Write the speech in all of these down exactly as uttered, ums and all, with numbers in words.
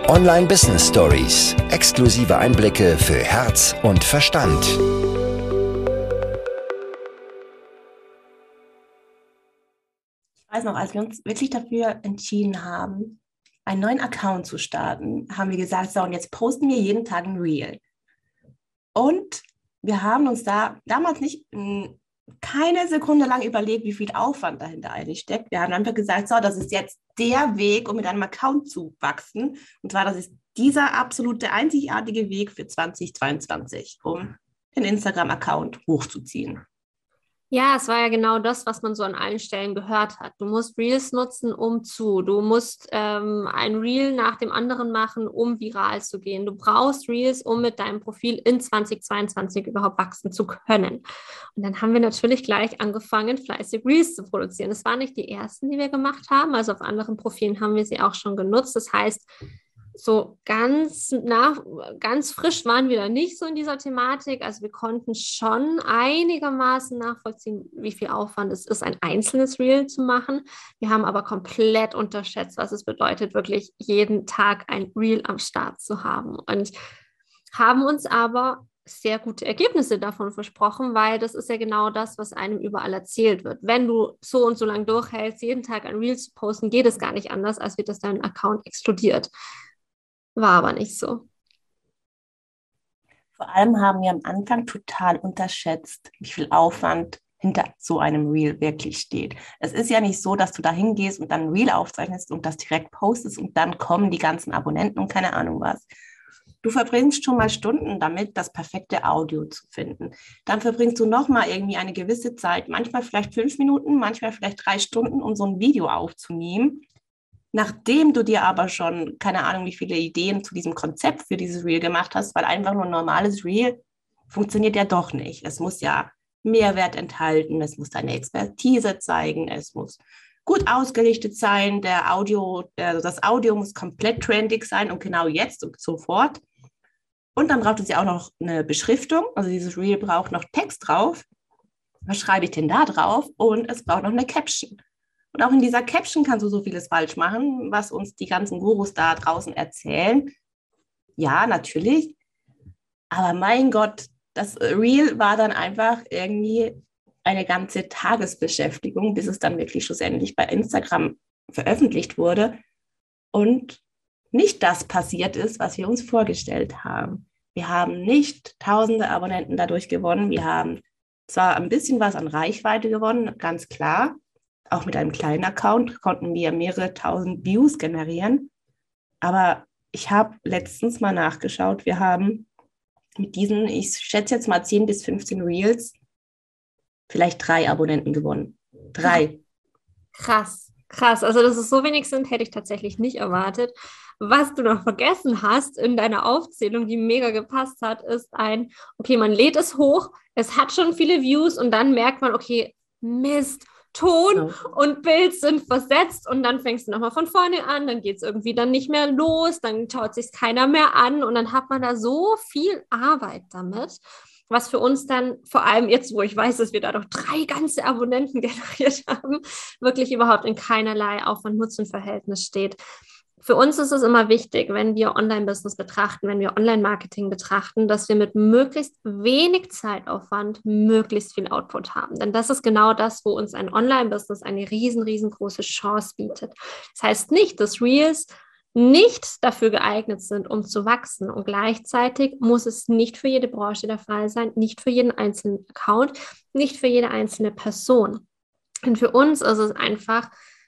Online Business Stories. Exklusive Einblicke für Herz und Verstand. Ich weiß noch, als wir uns wirklich dafür entschieden haben, einen neuen Account zu starten, haben wir gesagt, so, und jetzt posten wir jeden Tag ein Reel. Und wir haben uns da damals nicht mh, keine Sekunde lang überlegt, wie viel Aufwand dahinter eigentlich steckt. Wir haben einfach gesagt, so, das ist jetzt der Weg, um mit einem Account zu wachsen. Und zwar, das ist dieser absolute einzigartige Weg für zwanzig zweiundzwanzig, um den Instagram-Account hochzuziehen. Ja, es war ja genau das, was man so an allen Stellen gehört hat. Du musst Reels nutzen, um zu. Du musst ähm, ein Reel nach dem anderen machen, um viral zu gehen. Du brauchst Reels, um mit deinem Profil in zwanzig zweiundzwanzig überhaupt wachsen zu können. Und dann haben wir natürlich gleich angefangen, fleißig Reels zu produzieren. Das waren nicht die ersten, die wir gemacht haben. Also auf anderen Profilen haben wir sie auch schon genutzt. Das heißt, so ganz nach, ganz frisch waren wir da nicht so in dieser Thematik. Also wir konnten schon einigermaßen nachvollziehen, wie viel Aufwand es ist, ein einzelnes Reel zu machen. Wir haben aber komplett unterschätzt, was es bedeutet, wirklich jeden Tag ein Reel am Start zu haben. Und haben uns aber sehr gute Ergebnisse davon versprochen, weil das ist ja genau das, was einem überall erzählt wird. Wenn du so und so lange durchhältst, jeden Tag ein Reel zu posten, geht es gar nicht anders, als wird das dein Account explodiert. War aber nicht so. Vor allem haben wir am Anfang total unterschätzt, wie viel Aufwand hinter so einem Reel wirklich steht. Es ist ja nicht so, dass du da hingehst und dann ein Reel aufzeichnest und das direkt postest und dann kommen die ganzen Abonnenten und keine Ahnung was. Du verbringst schon mal Stunden damit, das perfekte Audio zu finden. Dann verbringst du nochmal irgendwie eine gewisse Zeit, manchmal vielleicht fünf Minuten, manchmal vielleicht drei Stunden, um so ein Video aufzunehmen. Nachdem du dir aber schon, keine Ahnung, wie viele Ideen zu diesem Konzept für dieses Reel gemacht hast, weil einfach nur ein normales Reel funktioniert ja doch nicht. Es muss ja Mehrwert enthalten, es muss deine Expertise zeigen, es muss gut ausgerichtet sein, der Audio, also das Audio muss komplett trendig sein und genau jetzt und sofort. Und dann braucht es ja auch noch eine Beschriftung, also dieses Reel braucht noch Text drauf. Was schreibe ich denn da drauf? Und es braucht noch eine Caption. Und auch in dieser Caption kannst du so vieles falsch machen, was uns die ganzen Gurus da draußen erzählen. Ja, natürlich. Aber mein Gott, das Reel war dann einfach irgendwie eine ganze Tagesbeschäftigung, bis es dann wirklich schlussendlich bei Instagram veröffentlicht wurde und nicht das passiert ist, was wir uns vorgestellt haben. Wir haben nicht tausende Abonnenten dadurch gewonnen. Wir haben zwar ein bisschen was an Reichweite gewonnen, ganz klar. Auch mit einem kleinen Account konnten wir mehrere tausend Views generieren. Aber ich habe letztens mal nachgeschaut, wir haben mit diesen, ich schätze jetzt mal zehn bis fünfzehn Reels, vielleicht drei Abonnenten gewonnen. Drei. Krass, krass. Also, dass es so wenig sind, hätte ich tatsächlich nicht erwartet. Was du noch vergessen hast in deiner Aufzählung, die mega gepasst hat, ist ein, okay, man lädt es hoch, es hat schon viele Views und dann merkt man, okay, Mist, Ton und Bild sind versetzt und dann fängst du nochmal von vorne an, dann geht es irgendwie dann nicht mehr los, dann schaut sich keiner mehr an und dann hat man da so viel Arbeit damit, was für uns dann, vor allem jetzt, wo ich weiß, dass wir da doch drei ganze Abonnenten generiert haben, wirklich überhaupt in keinerlei Aufwand-Nutzen-Verhältnis steht. Für uns ist es immer wichtig, wenn wir Online-Business betrachten, wenn wir Online-Marketing betrachten, dass wir mit möglichst wenig Zeitaufwand möglichst viel Output haben. Denn das ist genau das, wo uns ein Online-Business eine riesen, riesengroße Chance bietet. Das heißt nicht, dass Reels nicht dafür geeignet sind, um zu wachsen. Und gleichzeitig muss es nicht für jede Branche der Fall sein, nicht für jeden einzelnen Account, nicht für jede einzelne Person. Und für uns ist es einfach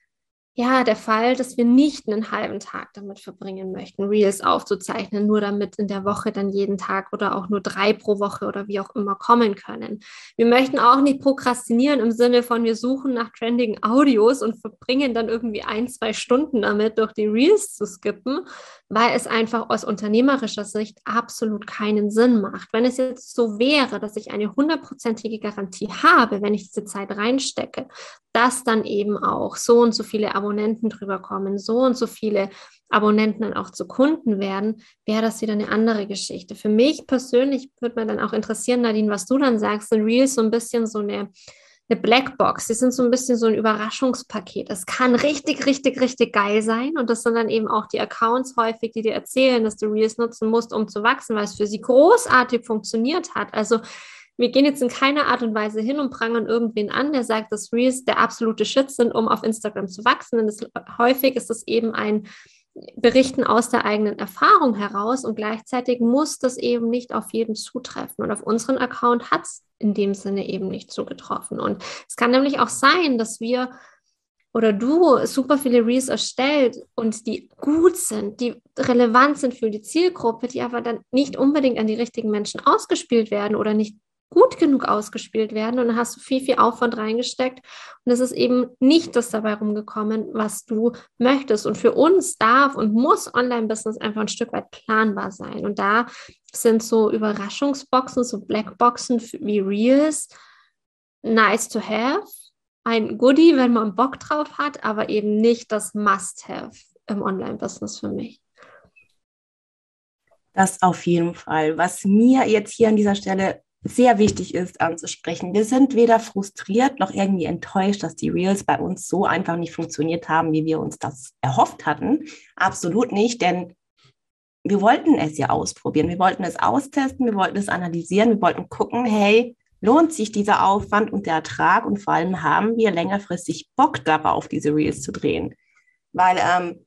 ja, der Fall, dass wir nicht einen halben Tag damit verbringen möchten, Reels aufzuzeichnen, nur damit in der Woche dann jeden Tag oder auch nur drei pro Woche oder wie auch immer kommen können. Wir möchten auch nicht prokrastinieren im Sinne von, wir suchen nach trendigen Audios und verbringen dann irgendwie ein, zwei Stunden damit, durch die Reels zu skippen, weil es einfach aus unternehmerischer Sicht absolut keinen Sinn macht. Wenn es jetzt so wäre, dass ich eine hundertprozentige Garantie habe, wenn ich diese Zeit reinstecke, dass dann eben auch so und so viele Abonnenten drüber kommen, so und so viele Abonnenten dann auch zu Kunden werden, wäre das wieder eine andere Geschichte. Für mich persönlich würde mir dann auch interessieren, Nadine, was du dann sagst, sind Reels so ein bisschen so eine eine Blackbox. Die sind so ein bisschen so ein Überraschungspaket. Es kann richtig, richtig, richtig geil sein. Und das sind dann eben auch die Accounts häufig, die dir erzählen, dass du Reels nutzen musst, um zu wachsen, weil es für sie großartig funktioniert hat. Also wir gehen jetzt in keiner Art und Weise hin und prangern irgendwen an, der sagt, dass Reels der absolute Shit sind, um auf Instagram zu wachsen. Denn das, häufig ist es eben ein Berichten aus der eigenen Erfahrung heraus und gleichzeitig muss das eben nicht auf jeden zutreffen. Und auf unseren Account hat es in dem Sinne eben nicht zugetroffen. Und es kann nämlich auch sein, dass wir oder du super viele Reels erstellt und die gut sind, die relevant sind für die Zielgruppe, die aber dann nicht unbedingt an die richtigen Menschen ausgespielt werden oder nicht gut genug ausgespielt werden und dann hast du viel, viel Aufwand reingesteckt und es ist eben nicht das dabei rumgekommen, was du möchtest. Und für uns darf und muss Online-Business einfach ein Stück weit planbar sein. Und da sind so Überraschungsboxen, so Blackboxen wie Reels nice to have, ein Goodie, wenn man Bock drauf hat, aber eben nicht das Must-have im Online-Business für mich. Das auf jeden Fall. Was mir jetzt hier an dieser Stelle sehr wichtig ist anzusprechen. Wir sind weder frustriert noch irgendwie enttäuscht, dass die Reels bei uns so einfach nicht funktioniert haben, wie wir uns das erhofft hatten. Absolut nicht, denn wir wollten es ja ausprobieren. Wir wollten es austesten, wir wollten es analysieren, wir wollten gucken, hey, lohnt sich dieser Aufwand und der Ertrag und vor allem haben wir längerfristig Bock darauf, diese Reels zu drehen. Weil ähm,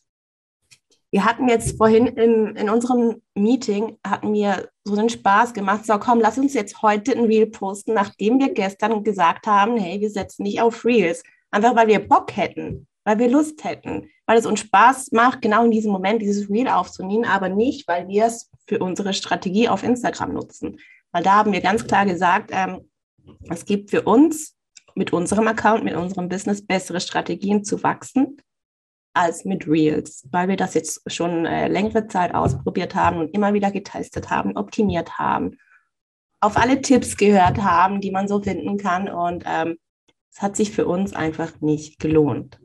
wir hatten jetzt vorhin in, in unserem Meeting, hatten wir so einen Spaß gemacht, so komm, lass uns jetzt heute ein Reel posten, nachdem wir gestern gesagt haben, hey, wir setzen nicht auf Reels. Einfach, weil wir Bock hätten, weil wir Lust hätten, weil es uns Spaß macht, genau in diesem Moment dieses Reel aufzunehmen, aber nicht, weil wir es für unsere Strategie auf Instagram nutzen. Weil da haben wir ganz klar gesagt, ähm, es gibt für uns mit unserem Account, mit unserem Business bessere Strategien zu wachsen, als mit Reels, weil wir das jetzt schon äh, längere Zeit ausprobiert haben und immer wieder getestet haben, optimiert haben, auf alle Tipps gehört haben, die man so finden kann und ähm, es hat sich für uns einfach nicht gelohnt.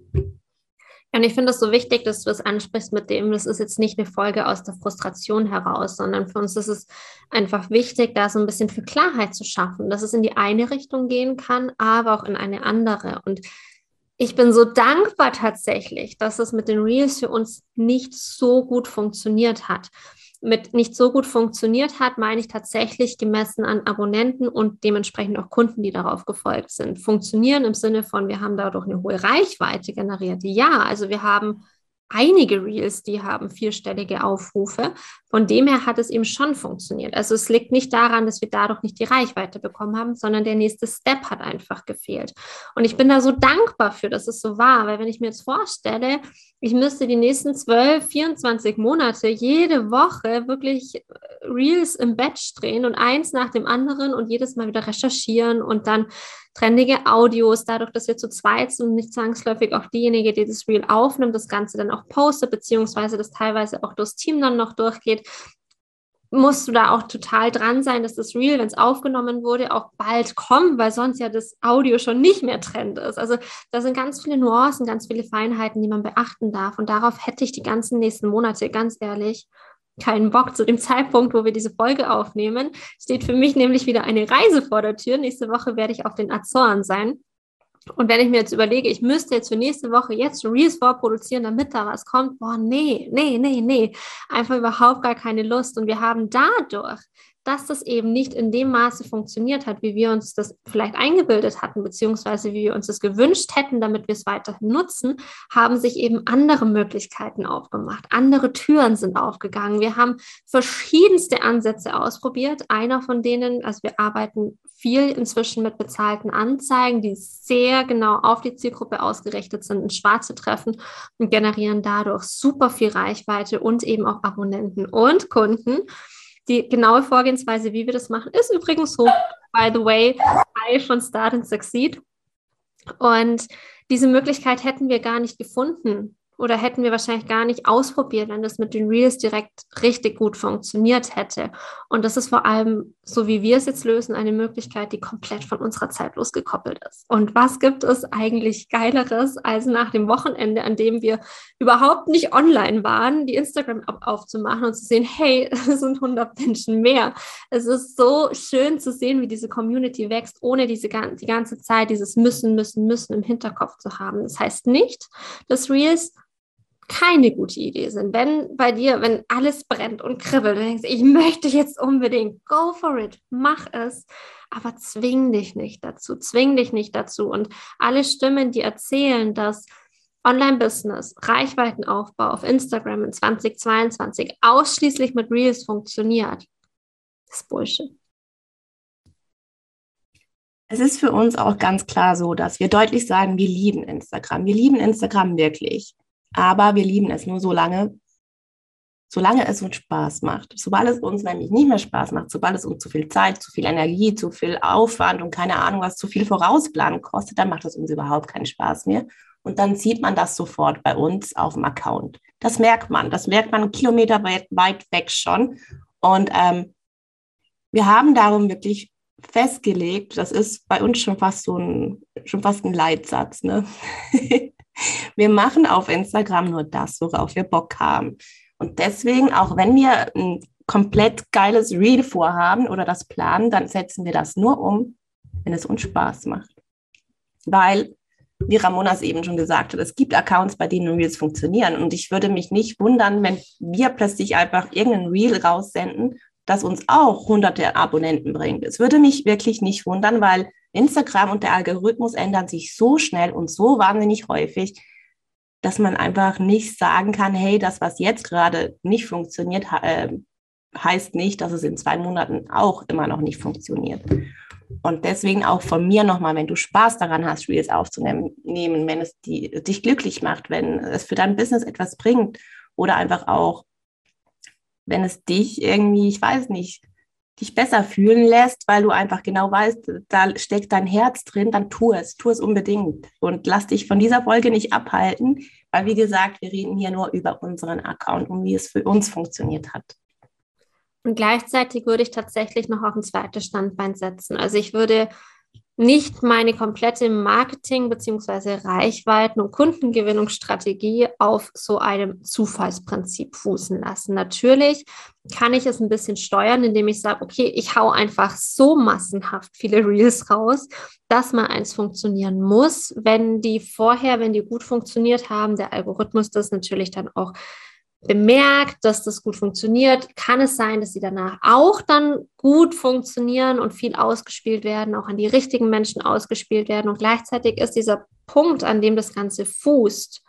Und ich finde es so wichtig, dass du das ansprichst mit dem, das ist jetzt nicht eine Folge aus der Frustration heraus, sondern für uns ist es einfach wichtig, da so ein bisschen für Klarheit zu schaffen, dass es in die eine Richtung gehen kann, aber auch in eine andere. Und ich bin so dankbar tatsächlich, dass es mit den Reels für uns nicht so gut funktioniert hat. Mit nicht so gut funktioniert hat, meine ich tatsächlich gemessen an Abonnenten und dementsprechend auch Kunden, die darauf gefolgt sind. Funktionieren im Sinne von, wir haben dadurch eine hohe Reichweite generiert. Ja, also wir haben einige Reels, die haben vierstellige Aufrufe. Von dem her hat es eben schon funktioniert. Also es liegt nicht daran, dass wir dadurch nicht die Reichweite bekommen haben, sondern der nächste Step hat einfach gefehlt. Und ich bin da so dankbar für, dass es so war, weil wenn ich mir jetzt vorstelle, ich müsste die nächsten zwölf, vierundzwanzig Monate jede Woche wirklich Reels im Batch drehen und eins nach dem anderen und jedes Mal wieder recherchieren und dann trendige Audios, dadurch, dass wir zu zweit sind und nicht zwangsläufig auch diejenige, die das Reel aufnimmt, das Ganze dann auch postet, beziehungsweise das teilweise auch durchs Team dann noch durchgeht, musst du da auch total dran sein, dass das Reel, wenn es aufgenommen wurde, auch bald kommt, weil sonst ja das Audio schon nicht mehr Trend ist. Also da sind ganz viele Nuancen, ganz viele Feinheiten, die man beachten darf und darauf hätte ich die ganzen nächsten Monate, ganz ehrlich, keinen Bock. Zu dem Zeitpunkt, wo wir diese Folge aufnehmen, steht für mich nämlich wieder eine Reise vor der Tür. Nächste Woche werde ich auf den Azoren sein. Und wenn ich mir jetzt überlege, ich müsste jetzt für nächste Woche jetzt Reels vorproduzieren, damit da was kommt, boah, nee, nee, nee, nee, einfach überhaupt gar keine Lust. Und wir haben dadurch, dass das eben nicht in dem Maße funktioniert hat, wie wir uns das vielleicht eingebildet hatten, beziehungsweise wie wir uns das gewünscht hätten, damit wir es weiterhin nutzen, haben sich eben andere Möglichkeiten aufgemacht. Andere Türen sind aufgegangen. Wir haben verschiedenste Ansätze ausprobiert. Einer von denen, also wir arbeiten viel inzwischen mit bezahlten Anzeigen, die sehr genau auf die Zielgruppe ausgerichtet sind, ins Schwarze treffen und generieren dadurch super viel Reichweite und eben auch Abonnenten und Kunden. Die genaue Vorgehensweise, wie wir das machen, ist übrigens so, by the way, Teil von Start and Succeed. Und diese Möglichkeit hätten wir gar nicht gefunden oder hätten wir wahrscheinlich gar nicht ausprobiert, wenn das mit den Reels direkt richtig gut funktioniert hätte. Und das ist vor allem, so wie wir es jetzt lösen, eine Möglichkeit, die komplett von unserer Zeit losgekoppelt ist. Und was gibt es eigentlich Geileres, als nach dem Wochenende, an dem wir überhaupt nicht online waren, die Instagram-App aufzumachen und zu sehen, hey, es sind hundert Menschen mehr. Es ist so schön zu sehen, wie diese Community wächst, ohne diese die ganze Zeit dieses Müssen, Müssen, Müssen im Hinterkopf zu haben. Das heißt nicht, dass Reels keine gute Idee sind. Wenn bei dir, wenn alles brennt und kribbelt, du denkst, ich möchte jetzt unbedingt, go for it, mach es, aber zwing dich nicht dazu, zwing dich nicht dazu. Und alle Stimmen, die erzählen, dass Online-Business, Reichweitenaufbau auf Instagram in zwanzig zweiundzwanzig ausschließlich mit Reels funktioniert, das ist Bullshit. Es ist für uns auch ganz klar so, dass wir deutlich sagen, wir lieben Instagram. Wir lieben Instagram wirklich. Aber wir lieben es nur so lange, solange es uns Spaß macht. Sobald es uns nämlich nicht mehr Spaß macht, sobald es uns zu viel Zeit, zu viel Energie, zu viel Aufwand und keine Ahnung, was zu viel Vorausplanen kostet, dann macht es uns überhaupt keinen Spaß mehr. Und dann sieht man das sofort bei uns auf dem Account. Das merkt man. Das merkt man Kilometer weit, weit weg schon. Und ähm, wir haben darum wirklich festgelegt, das ist bei uns schon fast so ein, schon fast ein Leitsatz, ne? Wir machen auf Instagram nur das, worauf wir Bock haben. Und deswegen, auch wenn wir ein komplett geiles Reel vorhaben oder das planen, dann setzen wir das nur um, wenn es uns Spaß macht. Weil, wie Ramona es eben schon gesagt hat, es gibt Accounts, bei denen Reels funktionieren. Und ich würde mich nicht wundern, wenn wir plötzlich einfach irgendein Reel raussenden, das uns auch hunderte Abonnenten bringt. Es würde mich wirklich nicht wundern, weil Instagram und der Algorithmus ändern sich so schnell und so wahnsinnig häufig, dass man einfach nicht sagen kann, hey, das, was jetzt gerade nicht funktioniert, äh, heißt nicht, dass es in zwei Monaten auch immer noch nicht funktioniert. Und deswegen auch von mir nochmal, wenn du Spaß daran hast, Reels aufzunehmen, wenn es die, dich glücklich macht, wenn es für dein Business etwas bringt oder einfach auch, wenn es dich irgendwie, ich weiß nicht, dich besser fühlen lässt, weil du einfach genau weißt, da steckt dein Herz drin, dann tu es, tu es unbedingt und lass dich von dieser Folge nicht abhalten, weil wie gesagt, wir reden hier nur über unseren Account und wie es für uns funktioniert hat. Und gleichzeitig würde ich tatsächlich noch auf ein zweites Standbein setzen. Also ich würde nicht meine komplette Marketing- bzw. Reichweiten- und Kundengewinnungsstrategie auf so einem Zufallsprinzip fußen lassen. Natürlich kann ich es ein bisschen steuern, indem ich sage, okay, ich hau einfach so massenhaft viele Reels raus, dass mal eins funktionieren muss. Wenn die vorher, wenn die gut funktioniert haben, der Algorithmus das natürlich dann auch bemerkt, dass das gut funktioniert, kann es sein, dass sie danach auch dann gut funktionieren und viel ausgespielt werden, auch an die richtigen Menschen ausgespielt werden. Und gleichzeitig ist dieser Punkt, an dem das Ganze fußt,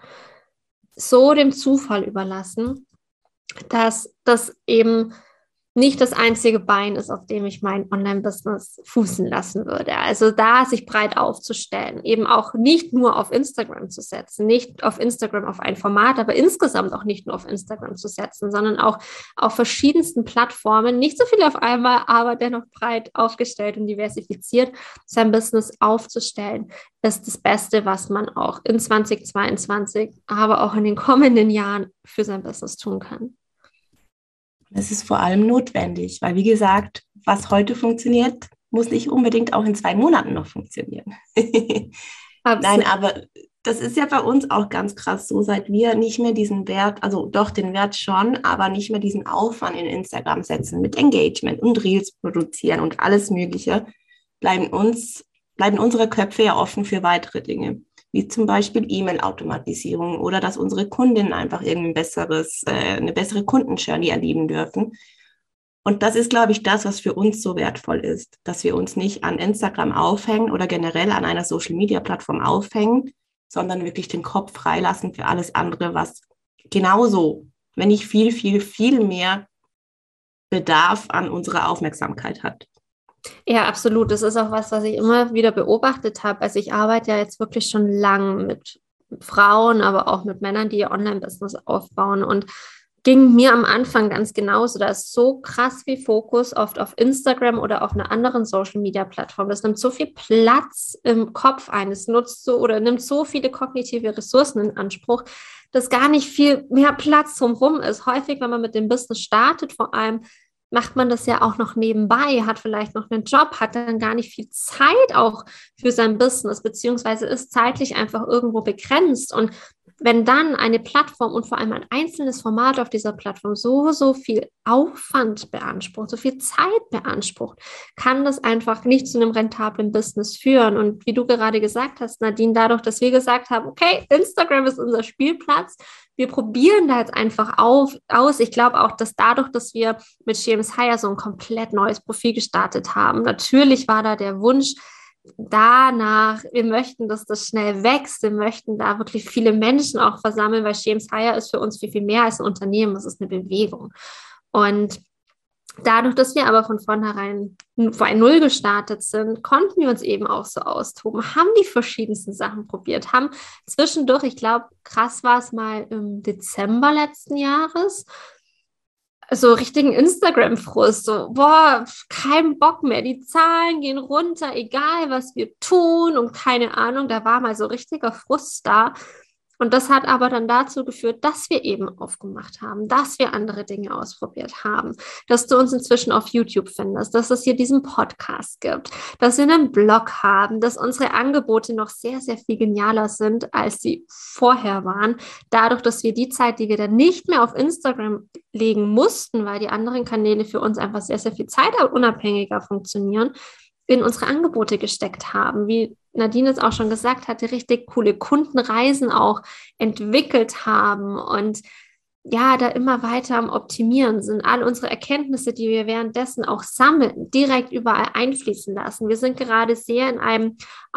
so dem Zufall überlassen, dass das eben nicht das einzige Bein ist, auf dem ich mein Online-Business fußen lassen würde. Also da sich breit aufzustellen, eben auch nicht nur auf Instagram zu setzen, nicht auf Instagram auf ein Format, aber insgesamt auch nicht nur auf Instagram zu setzen, sondern auch auf verschiedensten Plattformen, nicht so viel auf einmal, aber dennoch breit aufgestellt und diversifiziert sein Business aufzustellen, ist das Beste, was man auch in zwanzig zweiundzwanzig, aber auch in den kommenden Jahren für sein Business tun kann. Es ist vor allem notwendig, weil wie gesagt, was heute funktioniert, muss nicht unbedingt auch in zwei Monaten noch funktionieren. Nein, aber das ist ja bei uns auch ganz krass so, seit wir nicht mehr diesen Wert, also doch den Wert schon, aber nicht mehr diesen Aufwand in Instagram setzen mit Engagement und Reels produzieren und alles Mögliche, bleiben uns, bleiben unsere Köpfe ja offen für weitere Dinge, wie zum Beispiel E-Mail-Automatisierung oder dass unsere Kundinnen einfach irgendwie besseres, äh, eine bessere Kundenjourney erleben dürfen. Und das ist, glaube ich, das, was für uns so wertvoll ist, dass wir uns nicht an Instagram aufhängen oder generell an einer Social-Media-Plattform aufhängen, sondern wirklich den Kopf freilassen für alles andere, was genauso, wenn nicht viel, viel, viel mehr Bedarf an unserer Aufmerksamkeit hat. Ja, absolut. Das ist auch was, was ich immer wieder beobachtet habe. Also ich arbeite ja jetzt wirklich schon lang mit Frauen, aber auch mit Männern, die ihr Online-Business aufbauen. Und ging mir am Anfang ganz genauso. Da ist so krass viel Fokus oft auf Instagram oder auf einer anderen Social-Media-Plattform. Das nimmt so viel Platz im Kopf ein. Es nutzt so oder nimmt so viele kognitive Ressourcen in Anspruch, dass gar nicht viel mehr Platz drumherum ist. Häufig, wenn man mit dem Business startet, vor allem macht man das ja auch noch nebenbei, hat vielleicht noch einen Job, hat dann gar nicht viel Zeit auch für sein Business, beziehungsweise ist zeitlich einfach irgendwo begrenzt. Und wenn dann eine Plattform und vor allem ein einzelnes Format auf dieser Plattform so, so viel Aufwand beansprucht, so viel Zeit beansprucht, kann das einfach nicht zu einem rentablen Business führen. Und wie du gerade gesagt hast, Nadine, dadurch, dass wir gesagt haben, okay, Instagram ist unser Spielplatz, wir probieren da jetzt einfach auf, aus. Ich glaube auch, dass dadurch, dass wir mit She Aims Higher so ein komplett neues Profil gestartet haben, natürlich war da der Wunsch, danach, wir möchten, dass das schnell wächst, wir möchten da wirklich viele Menschen auch versammeln, weil She Aims Higher ist für uns viel, viel mehr als ein Unternehmen, es ist eine Bewegung. Und dadurch, dass wir aber von vornherein bei Null gestartet sind, konnten wir uns eben auch so austoben, haben die verschiedensten Sachen probiert, haben zwischendurch, ich glaube, krass war es mal im Dezember letzten Jahres, so richtigen Instagram-Frust, so, boah, kein Bock mehr, die Zahlen gehen runter, egal was wir tun und keine Ahnung, da war mal so richtiger Frust da. Und das hat aber dann dazu geführt, dass wir eben aufgemacht haben, dass wir andere Dinge ausprobiert haben, dass du uns inzwischen auf YouTube findest, dass es hier diesen Podcast gibt, dass wir einen Blog haben, dass unsere Angebote noch sehr, sehr viel genialer sind, als sie vorher waren. Dadurch, dass wir die Zeit, die wir dann nicht mehr auf Instagram legen mussten, weil die anderen Kanäle für uns einfach sehr, sehr viel zeitunabhängiger funktionieren, in unsere Angebote gesteckt haben, wie Nadine es auch schon gesagt hatte, richtig coole Kundenreisen auch entwickelt haben und ja, da immer weiter am Optimieren sind. All unsere Erkenntnisse, die wir währenddessen auch sammeln, direkt überall einfließen lassen. Wir sind gerade sehr in einem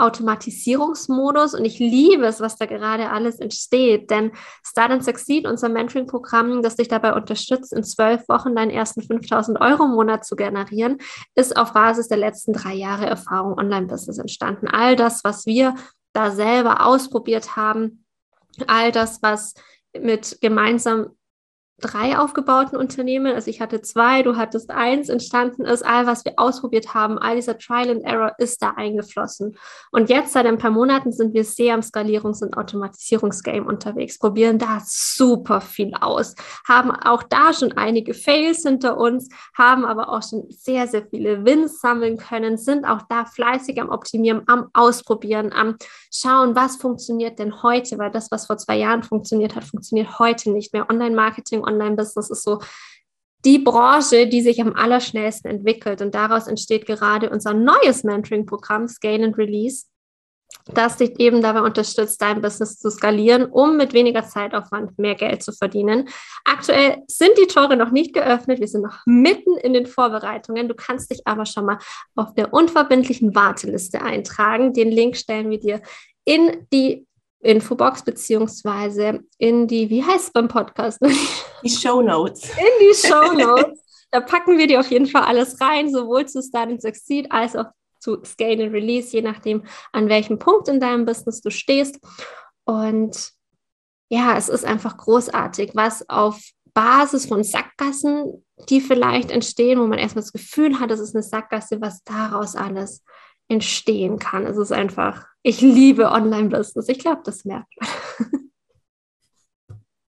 Automatisierungsmodus und ich liebe es, was da gerade alles entsteht, denn Start and Succeed, unser Mentoring-Programm, das dich dabei unterstützt, in zwölf Wochen deinen ersten fünftausend Euro im Monat zu generieren, ist auf Basis der letzten drei Jahre Erfahrung Online-Business entstanden. All das, was wir da selber ausprobiert haben, all das, was mit gemeinsam drei aufgebauten Unternehmen, also ich hatte zwei, du hattest eins, entstanden ist, all was wir ausprobiert haben, all dieser Trial and Error ist da eingeflossen. Und jetzt seit ein paar Monaten sind wir sehr am Skalierungs- und Automatisierungsgame unterwegs, probieren da super viel aus, haben auch da schon einige Fails hinter uns, haben aber auch schon sehr, sehr viele Wins sammeln können, sind auch da fleißig am Optimieren, am Ausprobieren, am Schauen, was funktioniert denn heute, weil das, was vor zwei Jahren funktioniert hat, funktioniert heute nicht mehr. Online-Marketing, Online-Business ist so die Branche, die sich am allerschnellsten entwickelt. Und daraus entsteht gerade unser neues Mentoring-Programm, Scale and Release, das dich eben dabei unterstützt, dein Business zu skalieren, um mit weniger Zeitaufwand mehr Geld zu verdienen. Aktuell sind die Tore noch nicht geöffnet. Wir sind noch mitten in den Vorbereitungen. Du kannst dich aber schon mal auf der unverbindlichen Warteliste eintragen. Den Link stellen wir dir in die Infobox beziehungsweise in die, wie heißt es beim Podcast? Die Shownotes. In die Shownotes. Da packen wir dir auf jeden Fall alles rein, sowohl zu Start and Succeed als auch zu Scale and Release, je nachdem, an welchem Punkt in deinem Business du stehst. Und ja, es ist einfach großartig, was auf Basis von Sackgassen, die vielleicht entstehen, wo man erstmal das Gefühl hat, es ist eine Sackgasse, was daraus alles entstehen kann. Es ist einfach, ich liebe Online-Business. Ich glaube, das merkt man.